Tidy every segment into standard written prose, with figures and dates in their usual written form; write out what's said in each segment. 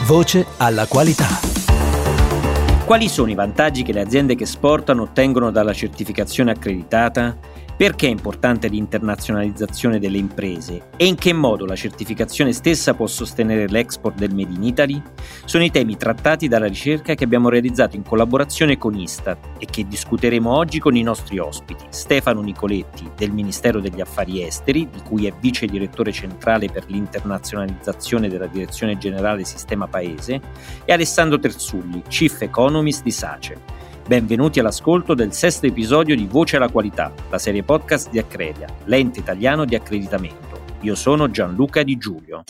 Voce alla qualità. Quali sono i vantaggi che le aziende che esportano ottengono dalla certificazione accreditata? Perché è importante l'internazionalizzazione delle imprese? E in che modo la certificazione stessa può sostenere l'export del Made in Italy? Sono i temi trattati dalla ricerca che abbiamo realizzato in collaborazione con Istat e che discuteremo oggi con i nostri ospiti: Stefano Nicoletti del Ministero degli Affari Esteri, di cui è vice direttore centrale per l'internazionalizzazione della Direzione Generale Sistema Paese, e Alessandro Terzulli, Chief Economist di SACE. Benvenuti all'ascolto del sesto episodio di Voce alla Qualità, la serie podcast di Accredia, l'ente italiano di accreditamento. Io sono Gianluca Di Giulio.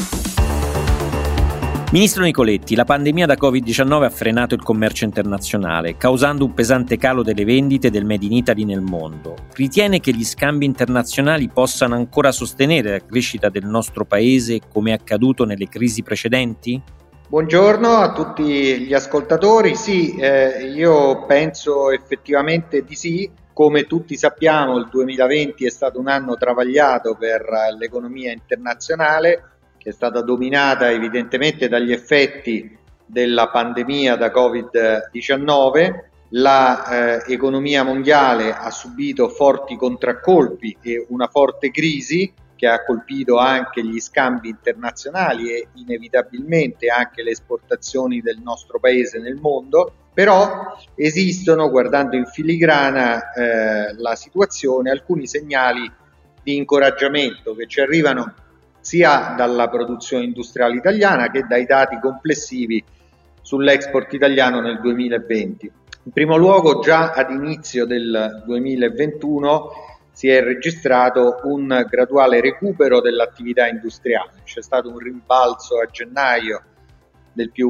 Ministro Nicoletti, la pandemia da Covid-19 ha frenato il commercio internazionale, causando un pesante calo delle vendite del Made in Italy nel mondo. Ritiene che gli scambi internazionali possano ancora sostenere la crescita del nostro paese come è accaduto nelle crisi precedenti? Buongiorno a tutti gli ascoltatori. Sì, io penso effettivamente di sì. Come tutti sappiamo, il 2020 è stato un anno travagliato per l'economia internazionale, che è stata dominata evidentemente dagli effetti della pandemia da Covid-19. L'economia mondiale ha subito forti contraccolpi e una forte crisi che ha colpito anche gli scambi internazionali e inevitabilmente anche le esportazioni del nostro paese nel mondo. Però esistono, guardando in filigrana la situazione, alcuni segnali di incoraggiamento che ci arrivano sia dalla produzione industriale italiana che dai dati complessivi sull'export italiano nel 2020. In primo luogo, già ad inizio del 2021 si è registrato un graduale recupero dell'attività industriale. C'è stato un rimbalzo a gennaio del più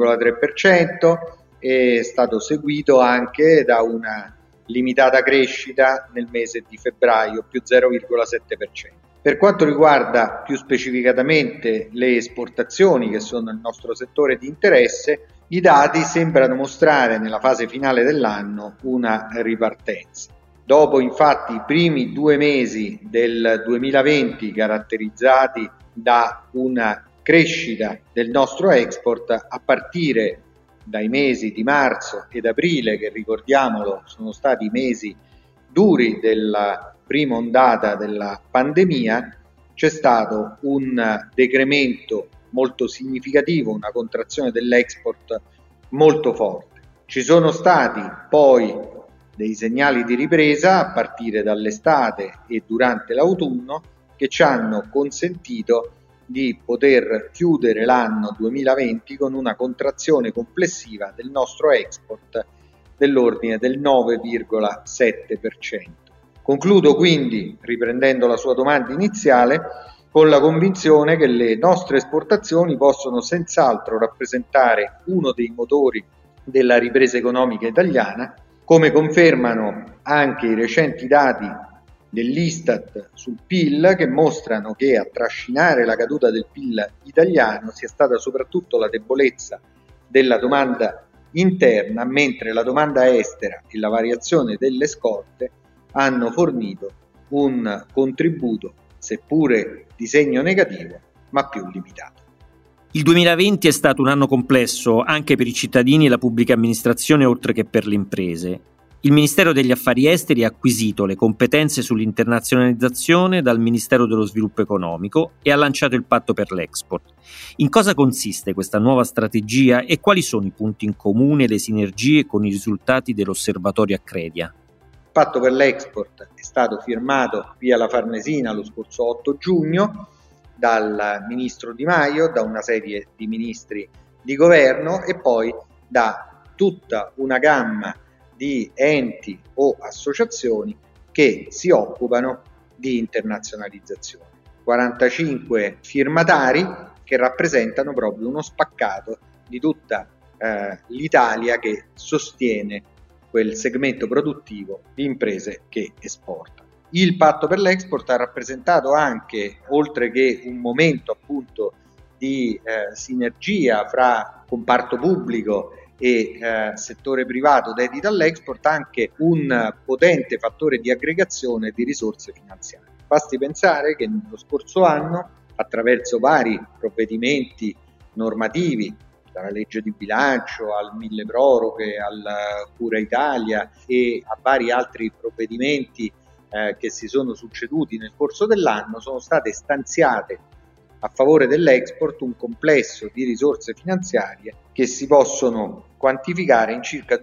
1,3%, è stato seguito anche da una limitata crescita nel mese di febbraio, più 0,7%. Per quanto riguarda più specificatamente le esportazioni, che sono il nostro settore di interesse, i dati sembrano mostrare nella fase finale dell'anno una ripartenza. Dopo infatti i primi 2 mesi del 2020 caratterizzati da una crescita del nostro export, a partire dai mesi di marzo ed aprile, che ricordiamolo sono stati mesi duri della prima ondata della pandemia, c'è stato un decremento molto significativo, una contrazione dell'export molto forte. Ci sono stati poi dei segnali di ripresa a partire dall'estate e durante l'autunno che ci hanno consentito di poter chiudere l'anno 2020 con una contrazione complessiva del nostro export dell'ordine del 9,7%. Concludo quindi, riprendendo la sua domanda iniziale, con la convinzione che le nostre esportazioni possono senz'altro rappresentare uno dei motori della ripresa economica italiana, come confermano anche i recenti dati dell'Istat sul PIL, che mostrano che a trascinare la caduta del PIL italiano sia stata soprattutto la debolezza della domanda interna, mentre la domanda estera e la variazione delle scorte hanno fornito un contributo, seppure di segno negativo, ma più limitato. Il 2020 è stato un anno complesso anche per i cittadini e la pubblica amministrazione, oltre che per le imprese. Il Ministero degli Affari Esteri ha acquisito le competenze sull'internazionalizzazione dal Ministero dello Sviluppo Economico e ha lanciato il Patto per l'Export. In cosa consiste questa nuova strategia e quali sono i punti in comune e le sinergie con i risultati dell'Osservatorio Accredia? Il Patto per l'Export è stato firmato via la Farnesina lo scorso 8 giugno dal Ministro Di Maio, da una serie di ministri di governo e poi da tutta una gamma di enti o associazioni che si occupano di internazionalizzazione. 45 firmatari che rappresentano proprio uno spaccato di tutta l'Italia che sostiene quel segmento produttivo di imprese che esportano. Il Patto per l'Export ha rappresentato anche, oltre che un momento appunto di sinergia fra comparto pubblico e settore privato dedito all'export, anche un potente fattore di aggregazione di risorse finanziarie. Basti pensare che nello scorso anno, attraverso vari provvedimenti normativi, dalla legge di bilancio al mille proroghe, al Cura Italia e a vari altri provvedimenti che si sono succeduti nel corso dell'anno, sono state stanziate a favore dell'export un complesso di risorse finanziarie che si possono quantificare in circa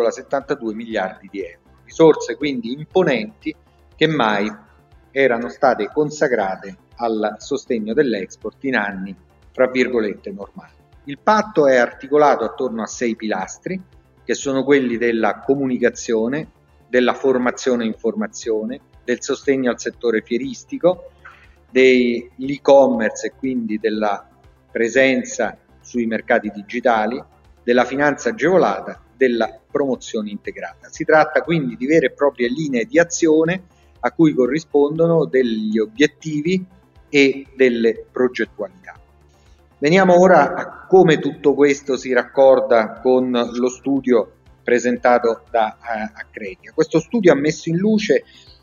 2,72 miliardi di euro. Risorse quindi imponenti che mai erano state consacrate al sostegno dell'export in anni, fra virgolette, normali. Il patto è articolato attorno a 6 pilastri, che sono quelli della comunicazione, della formazione e informazione, del sostegno al settore fieristico, dell'e-commerce e quindi della presenza sui mercati digitali, della finanza agevolata, della promozione integrata. Si tratta quindi di vere e proprie linee di azione a cui corrispondono degli obiettivi e delle progettualità. Veniamo ora a come tutto questo si raccorda con lo studio presentato da Accredia. Questo studio ha messo in luce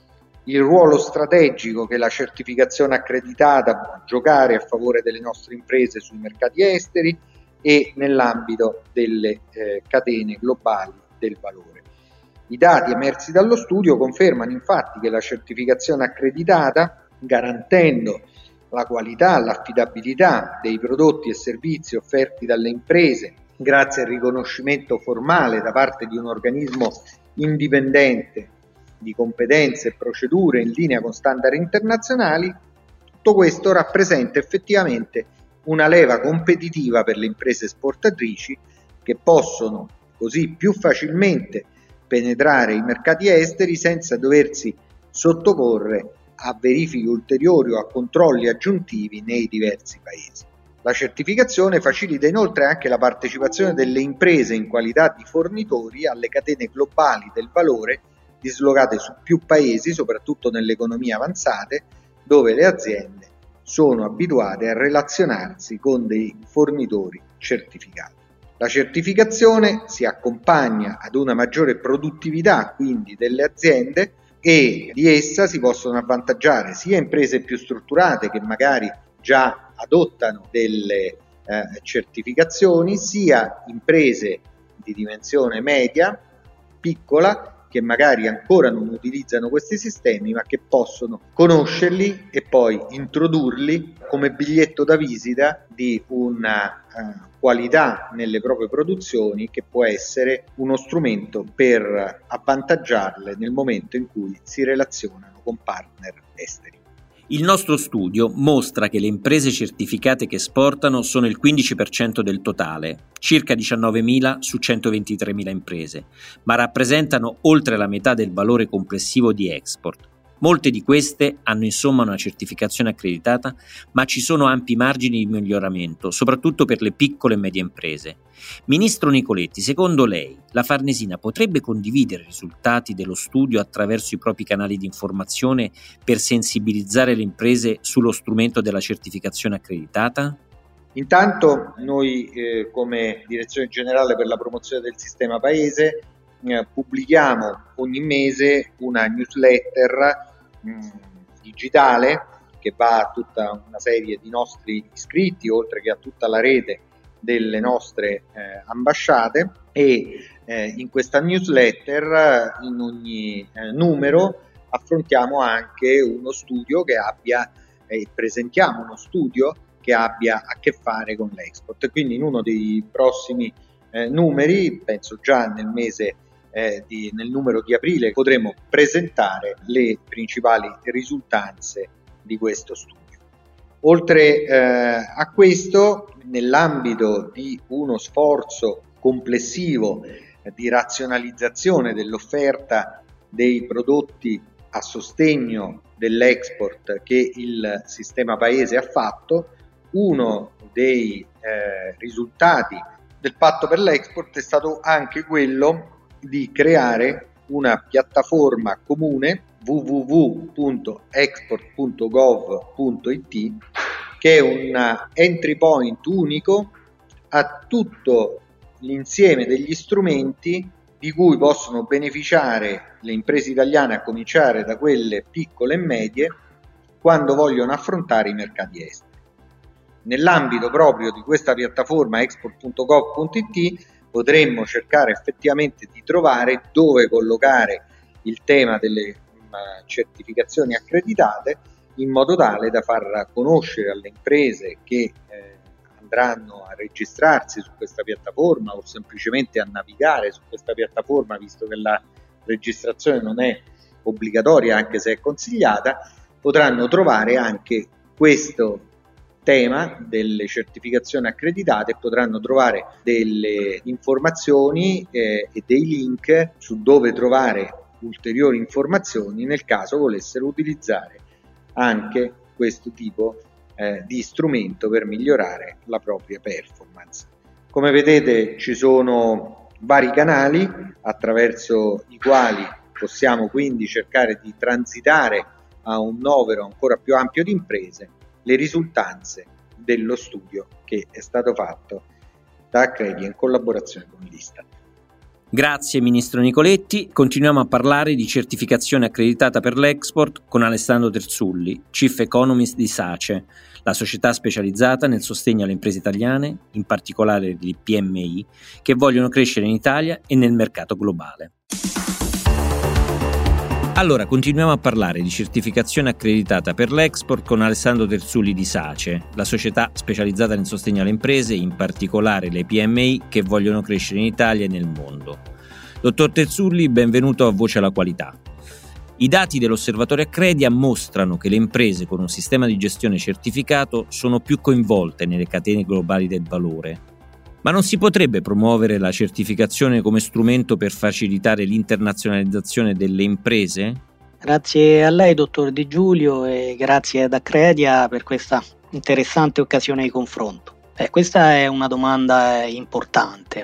il ruolo strategico che la certificazione accreditata può giocare a favore delle nostre imprese sui mercati esteri e nell'ambito delle catene globali del valore. I dati emersi dallo studio confermano infatti che la certificazione accreditata, garantendo la qualità, l'affidabilità dei prodotti e servizi offerti dalle imprese, grazie al riconoscimento formale da parte di un organismo indipendente di competenze e procedure in linea con standard internazionali, tutto questo rappresenta effettivamente una leva competitiva per le imprese esportatrici che possono così più facilmente penetrare i mercati esteri senza doversi sottoporre a verifiche ulteriori o a controlli aggiuntivi nei diversi paesi. La certificazione facilita inoltre anche la partecipazione delle imprese in qualità di fornitori alle catene globali del valore dislocate su più paesi, soprattutto nelle economie avanzate, dove le aziende sono abituate a relazionarsi con dei fornitori certificati. La certificazione si accompagna ad una maggiore produttività quindi delle aziende e di essa si possono avvantaggiare sia imprese più strutturate che magari già adottano delle certificazioni, sia imprese di dimensione media, piccola, che magari ancora non utilizzano questi sistemi ma che possono conoscerli e poi introdurli come biglietto da visita di una qualità nelle proprie produzioni che può essere uno strumento per avvantaggiarle nel momento in cui si relazionano con partner esteri. Il nostro studio mostra che le imprese certificate che esportano sono il 15% del totale, circa 19.000 su 123.000 imprese, ma rappresentano oltre la metà del valore complessivo di export. Molte di queste hanno insomma una certificazione accreditata, ma ci sono ampi margini di miglioramento, soprattutto per le piccole e medie imprese. Ministro Nicoletti, secondo lei la Farnesina potrebbe condividere i risultati dello studio attraverso i propri canali di informazione per sensibilizzare le imprese sullo strumento della certificazione accreditata? Intanto noi come Direzione Generale per la Promozione del Sistema Paese pubblichiamo ogni mese una newsletter digitale che va a tutta una serie di nostri iscritti, oltre che a tutta la rete delle nostre ambasciate, e in questa newsletter in ogni numero affrontiamo anche uno studio che abbia presentiamo uno studio che abbia a che fare con l'export. Quindi in uno dei prossimi numeri, penso già nel mese nel numero di aprile, potremo presentare le principali risultanze di questo studio. Oltre a questo, nell'ambito di uno sforzo complessivo di razionalizzazione dell'offerta dei prodotti a sostegno dell'export che il sistema paese ha fatto, uno dei risultati del patto per l'export è stato anche quello di creare una piattaforma comune www.export.gov.it che è un entry point unico a tutto l'insieme degli strumenti di cui possono beneficiare le imprese italiane, a cominciare da quelle piccole e medie, quando vogliono affrontare i mercati esteri. Nell'ambito proprio di questa piattaforma export.gov.it potremmo cercare effettivamente di trovare dove collocare il tema delle certificazioni accreditate, in modo tale da far conoscere alle imprese che andranno a registrarsi su questa piattaforma o semplicemente a navigare su questa piattaforma, visto che la registrazione non è obbligatoria anche se è consigliata, potranno trovare anche questo tema delle certificazioni accreditate e potranno trovare delle informazioni e dei link su dove trovare ulteriori informazioni nel caso volessero utilizzare anche questo tipo di strumento per migliorare la propria performance. Come vedete ci sono vari canali attraverso i quali possiamo quindi cercare di transitare a un novero ancora più ampio di imprese le risultanze dello studio che è stato fatto da Accredia in collaborazione con l'Istat. Grazie Ministro Nicoletti. Continuiamo a parlare di certificazione accreditata per l'export con Alessandro Terzulli, Chief Economist di SACE, la società specializzata nel sostegno alle imprese italiane, in particolare di PMI, che vogliono crescere in Italia e nel mercato globale. Allora, continuiamo a parlare di certificazione accreditata per l'export con Alessandro Terzulli di SACE, la società specializzata nel sostegno alle imprese, in particolare le PMI, che vogliono crescere in Italia e nel mondo. Dottor Terzulli, benvenuto a Voce alla Qualità. I dati dell'Osservatorio Accredia mostrano che le imprese con un sistema di gestione certificato sono più coinvolte nelle catene globali del valore. Ma non si potrebbe promuovere la certificazione come strumento per facilitare l'internazionalizzazione delle imprese? Grazie a lei, dottor Di Giulio, e grazie ad Accredia per questa interessante occasione di confronto. Questa è una domanda importante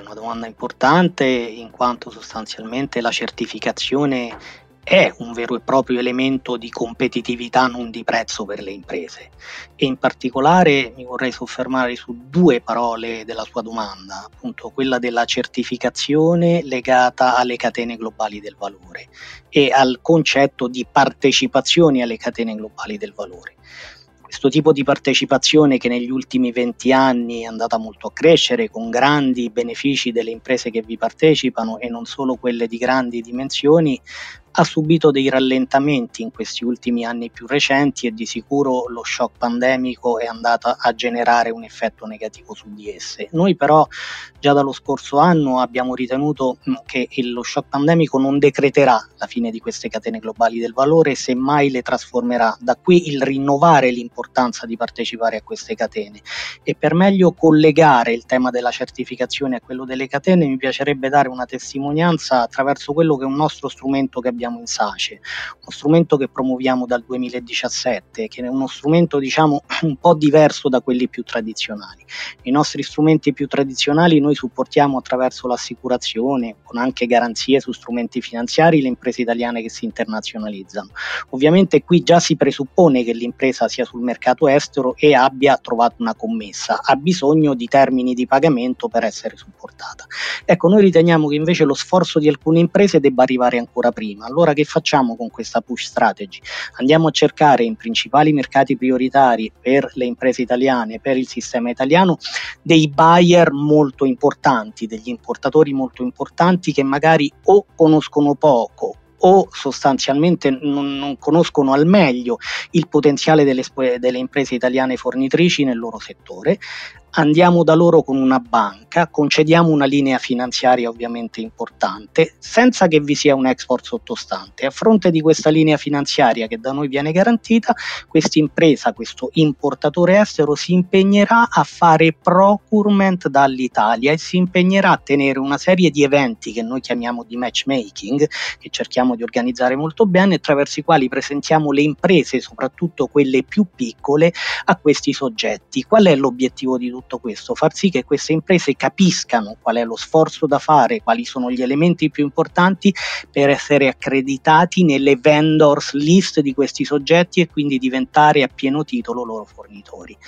in quanto sostanzialmente la certificazione è un vero e proprio elemento di competitività, non di prezzo per le imprese, e in particolare mi vorrei soffermare su due parole della sua domanda, appunto quella della certificazione legata alle catene globali del valore e al concetto di partecipazione alle catene globali del valore. Questo tipo di partecipazione, che negli ultimi 20 anni è andata molto a crescere con grandi benefici delle imprese che vi partecipano e non solo quelle di grandi dimensioni, ha subito dei rallentamenti in questi ultimi anni più recenti, e di sicuro lo shock pandemico è andato a generare un effetto negativo su di esse. Noi però già dallo scorso anno abbiamo ritenuto che lo shock pandemico non decreterà la fine di queste catene globali del valore, semmai le trasformerà. Da qui il rinnovare l'importanza di partecipare a queste catene, e per meglio collegare il tema della certificazione a quello delle catene mi piacerebbe dare una testimonianza attraverso quello che è un nostro strumento che abbiamo in SACE, uno strumento che promuoviamo dal 2017, che è uno strumento un po' diverso da quelli più tradizionali. I nostri strumenti più tradizionali noi supportiamo attraverso l'assicurazione, con anche garanzie su strumenti finanziari, le imprese italiane che si internazionalizzano. Ovviamente qui già si presuppone che l'impresa sia sul mercato estero e abbia trovato una commessa, ha bisogno di termini di pagamento per essere supportata. Ecco, noi riteniamo che invece lo sforzo di alcune imprese debba arrivare ancora prima. Allora che facciamo con questa push strategy? Andiamo a cercare in principali mercati prioritari per le imprese italiane, per il sistema italiano, dei buyer molto importanti, degli importatori molto importanti che magari o conoscono poco o sostanzialmente non conoscono al meglio il potenziale delle imprese italiane fornitrici nel loro settore. Andiamo da loro con una banca, concediamo una linea finanziaria ovviamente importante, senza che vi sia un export sottostante. A fronte di questa linea finanziaria che da noi viene garantita, questa impresa, questo importatore estero, si impegnerà a fare procurement dall'Italia e si impegnerà a tenere una serie di eventi che noi chiamiamo di matchmaking, che cerchiamo di organizzare molto bene, attraverso i quali presentiamo le imprese, soprattutto quelle più piccole, a questi soggetti. Qual è l'obiettivo di tutto questo? Far sì che queste imprese capiscano qual è lo sforzo da fare, quali sono gli elementi più importanti per essere accreditati nelle vendors list di questi soggetti e quindi diventare a pieno titolo loro fornitori.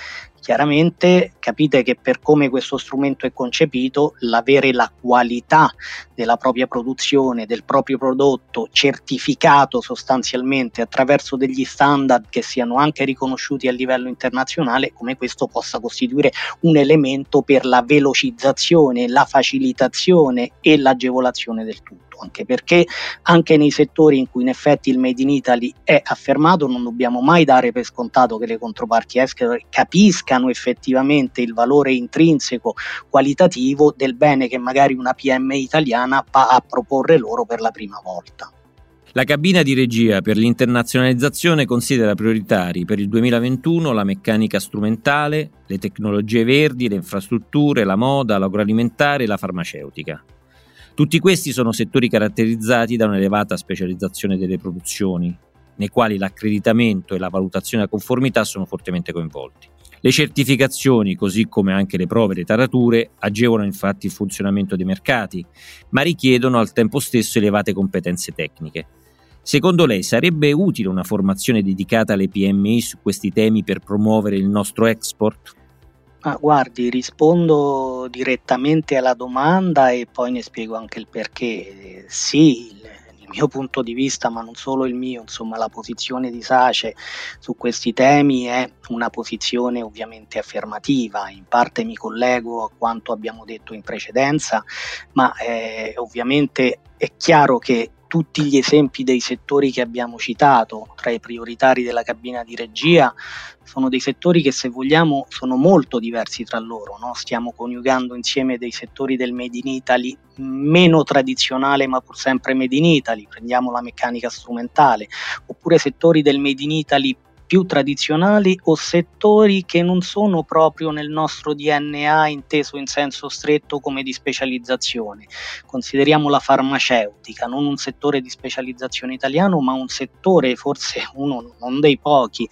Chiaramente capite che per come questo strumento è concepito, l'avere la qualità della propria produzione, del proprio prodotto certificato sostanzialmente attraverso degli standard che siano anche riconosciuti a livello internazionale, come questo possa costituire un elemento per la velocizzazione, la facilitazione e l'agevolazione del tutto. Anche perché anche nei settori in cui in effetti il Made in Italy è affermato non dobbiamo mai dare per scontato che le controparti estere capiscano effettivamente il valore intrinseco qualitativo del bene che magari una PMI italiana va a proporre loro per la prima volta. La cabina di regia per l'internazionalizzazione considera prioritari per il 2021 la meccanica strumentale, le tecnologie verdi, le infrastrutture, la moda, l'agroalimentare e la farmaceutica. Tutti questi sono settori caratterizzati da un'elevata specializzazione delle produzioni, nei quali l'accreditamento e la valutazione a conformità sono fortemente coinvolti. Le certificazioni, così come anche le prove e le tarature, agevolano infatti il funzionamento dei mercati, ma richiedono al tempo stesso elevate competenze tecniche. Secondo lei sarebbe utile una formazione dedicata alle PMI su questi temi per promuovere il nostro export? Guardi, rispondo direttamente alla domanda e poi ne spiego anche il perché. Sì, il mio punto di vista, ma non solo il mio, insomma, la posizione di SACE su questi temi è una posizione ovviamente affermativa. In parte mi collego a quanto abbiamo detto in precedenza, ma ovviamente è chiaro che tutti gli esempi dei settori che abbiamo citato, tra i prioritari della cabina di regia, sono dei settori che, se vogliamo, sono molto diversi tra loro, no? Stiamo coniugando insieme dei settori del Made in Italy meno tradizionale ma pur sempre Made in Italy, prendiamo la meccanica strumentale, oppure settori del Made in Italy più tradizionali o settori che non sono proprio nel nostro DNA inteso in senso stretto come di specializzazione. Consideriamo la farmaceutica, non un settore di specializzazione italiano, ma un settore, forse uno non dei pochi,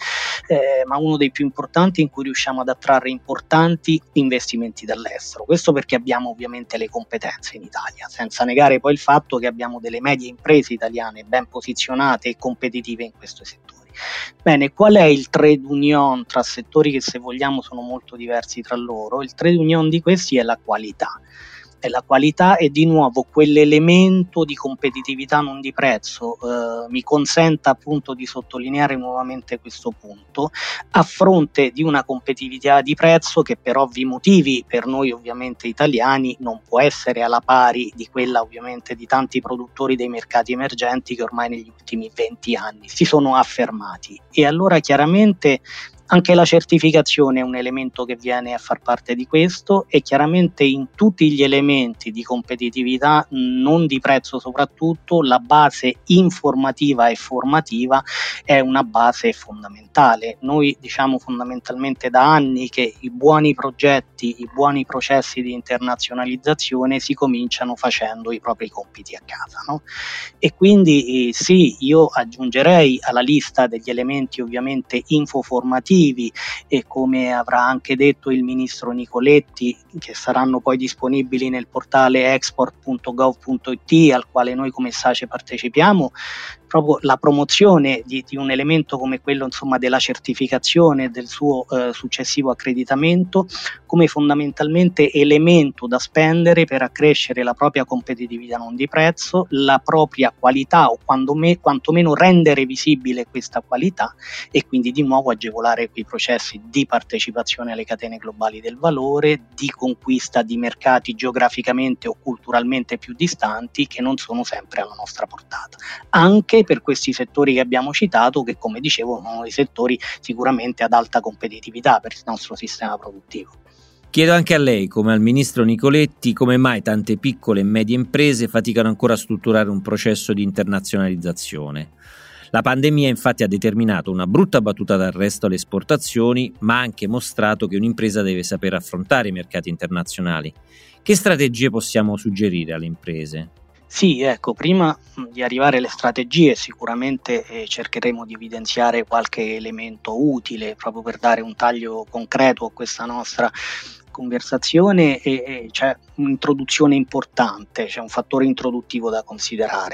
ma uno dei più importanti, in cui riusciamo ad attrarre importanti investimenti dall'estero. Questo perché abbiamo ovviamente le competenze in Italia, senza negare poi il fatto che abbiamo delle medie imprese italiane ben posizionate e competitive in questo settore. Bene, qual è il trade union tra settori che, se vogliamo, sono molto diversi tra loro? Il trade union di questi è la qualità. È la qualità e di nuovo quell'elemento di competitività non di prezzo. Mi consenta appunto di sottolineare nuovamente questo punto, a fronte di una competitività di prezzo che per ovvi motivi, per noi ovviamente italiani, non può essere alla pari di quella ovviamente di tanti produttori dei mercati emergenti che ormai negli ultimi 20 anni si sono affermati. E allora chiaramente anche la certificazione è un elemento che viene a far parte di questo, e chiaramente in tutti gli elementi di competitività, non di prezzo soprattutto, la base informativa e formativa è una base fondamentale. Noi diciamo fondamentalmente da anni che i buoni progetti, i buoni processi di internazionalizzazione si cominciano facendo i propri compiti a casa, no? E quindi sì, io aggiungerei alla lista degli elementi ovviamente infoformativi, e come avrà anche detto il ministro Nicoletti, che saranno poi disponibili nel portale export.gov.it al quale noi come SACE partecipiamo, proprio la promozione di un elemento come quello, insomma, della certificazione e del suo successivo accreditamento come fondamentalmente elemento da spendere per accrescere la propria competitività non di prezzo, la propria qualità, o quantomeno rendere visibile questa qualità, e quindi di nuovo agevolare quei processi di partecipazione alle catene globali del valore, di conquista di mercati geograficamente o culturalmente più distanti che non sono sempre alla nostra portata. Anche per questi settori che abbiamo citato, che come dicevo sono dei settori sicuramente ad alta competitività per il nostro sistema produttivo. Chiedo anche a lei, come al ministro Nicoletti, come mai tante piccole e medie imprese faticano ancora a strutturare un processo di internazionalizzazione. La pandemia infatti ha determinato una brutta battuta d'arresto alle esportazioni, ma ha anche mostrato che un'impresa deve saper affrontare i mercati internazionali. Che strategie possiamo suggerire alle imprese? Sì, ecco, prima di arrivare alle strategie sicuramente cercheremo di evidenziare qualche elemento utile proprio per dare un taglio concreto a questa nostra conversazione, e c'è un'introduzione importante, c'è un fattore introduttivo da considerare.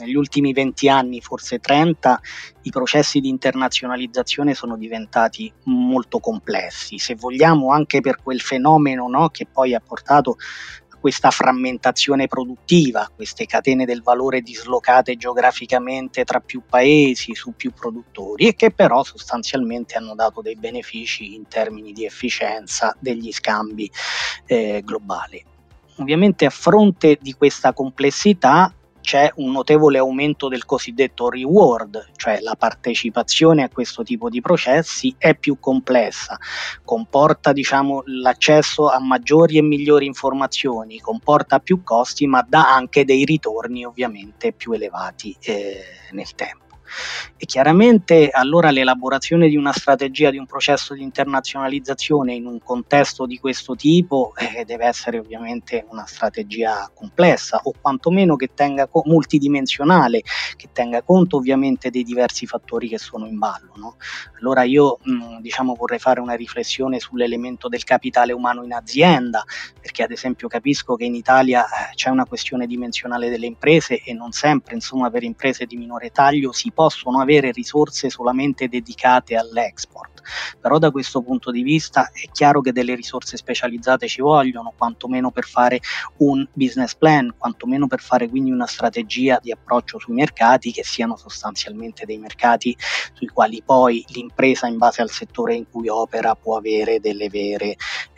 negli ultimi 20 anni, forse 30, i processi di internazionalizzazione sono diventati molto complessi, se vogliamo anche per quel fenomeno, no, che poi ha portato a questa frammentazione produttiva, queste catene del valore dislocate geograficamente tra più paesi, su più produttori, e che però sostanzialmente hanno dato dei benefici in termini di efficienza degli scambi globali. Ovviamente a fronte di questa complessità c'è un notevole aumento del cosiddetto reward, cioè la partecipazione a questo tipo di processi è più complessa, comporta l'accesso a maggiori e migliori informazioni, comporta più costi, ma dà anche dei ritorni ovviamente più elevati nel tempo. E chiaramente allora l'elaborazione di una strategia, di un processo di internazionalizzazione in un contesto di questo tipo deve essere ovviamente una strategia complessa, o quantomeno che tenga multidimensionale, che tenga conto ovviamente dei diversi fattori che sono in ballo, no? Allora io vorrei fare una riflessione sull'elemento del capitale umano in azienda, perché ad esempio capisco che in Italia c'è una questione dimensionale delle imprese e non sempre, per imprese di minore taglio si possono avere risorse solamente dedicate all'export, però da questo punto di vista è chiaro che delle risorse specializzate ci vogliono, quantomeno per fare un business plan, quantomeno per fare quindi una strategia di approccio sui mercati che siano sostanzialmente dei mercati sui quali poi l'impresa, in base al settore in cui opera, può avere delle vere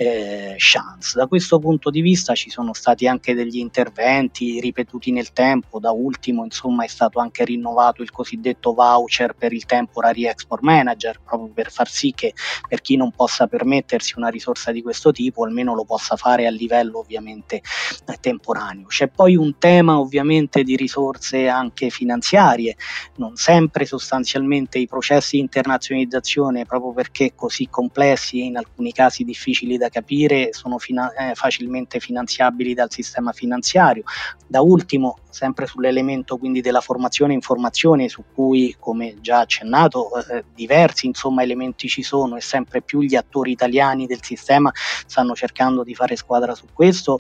chance. Da questo punto di vista ci sono stati anche degli interventi ripetuti nel tempo, da ultimo è stato anche rinnovato il cosiddetto voucher per il temporary export manager, proprio per far sì che per chi non possa permettersi una risorsa di questo tipo almeno lo possa fare a livello ovviamente temporaneo. C'è poi un tema ovviamente di risorse anche finanziarie, non sempre sostanzialmente i processi di internazionalizzazione, proprio perché così complessi e in alcuni casi difficili da capire, sono facilmente finanziabili dal sistema finanziario. Da ultimo, sempre sull'elemento quindi della formazione e informazione, su cui, come già accennato, diversi elementi ci sono e sempre più gli attori italiani del sistema stanno cercando di fare squadra su questo.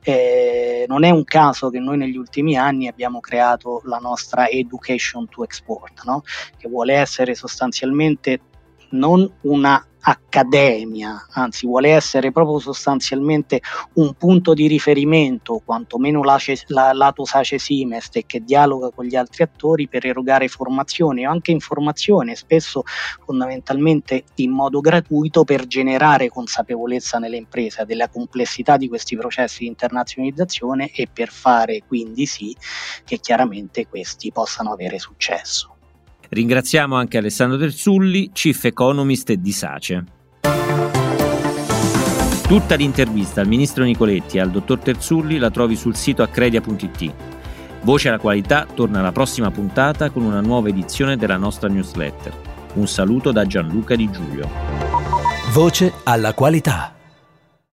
Non è un caso che noi negli ultimi anni abbiamo creato la nostra Education to Export, no? Che vuole essere sostanzialmente non una accademia, anzi vuole essere proprio sostanzialmente un punto di riferimento, quantomeno lato SACE Simest, che dialoga con gli altri attori per erogare formazione o anche informazione, spesso fondamentalmente in modo gratuito, per generare consapevolezza nelle imprese della complessità di questi processi di internazionalizzazione e per fare quindi sì che chiaramente questi possano avere successo. Ringraziamo anche Alessandro Terzulli, Chief Economist di SACE. Tutta l'intervista al ministro Nicoletti e al dottor Terzulli la trovi sul sito accredia.it. Voce alla Qualità torna alla prossima puntata con una nuova edizione della nostra newsletter. Un saluto da Gianluca Di Giulio. Voce alla Qualità.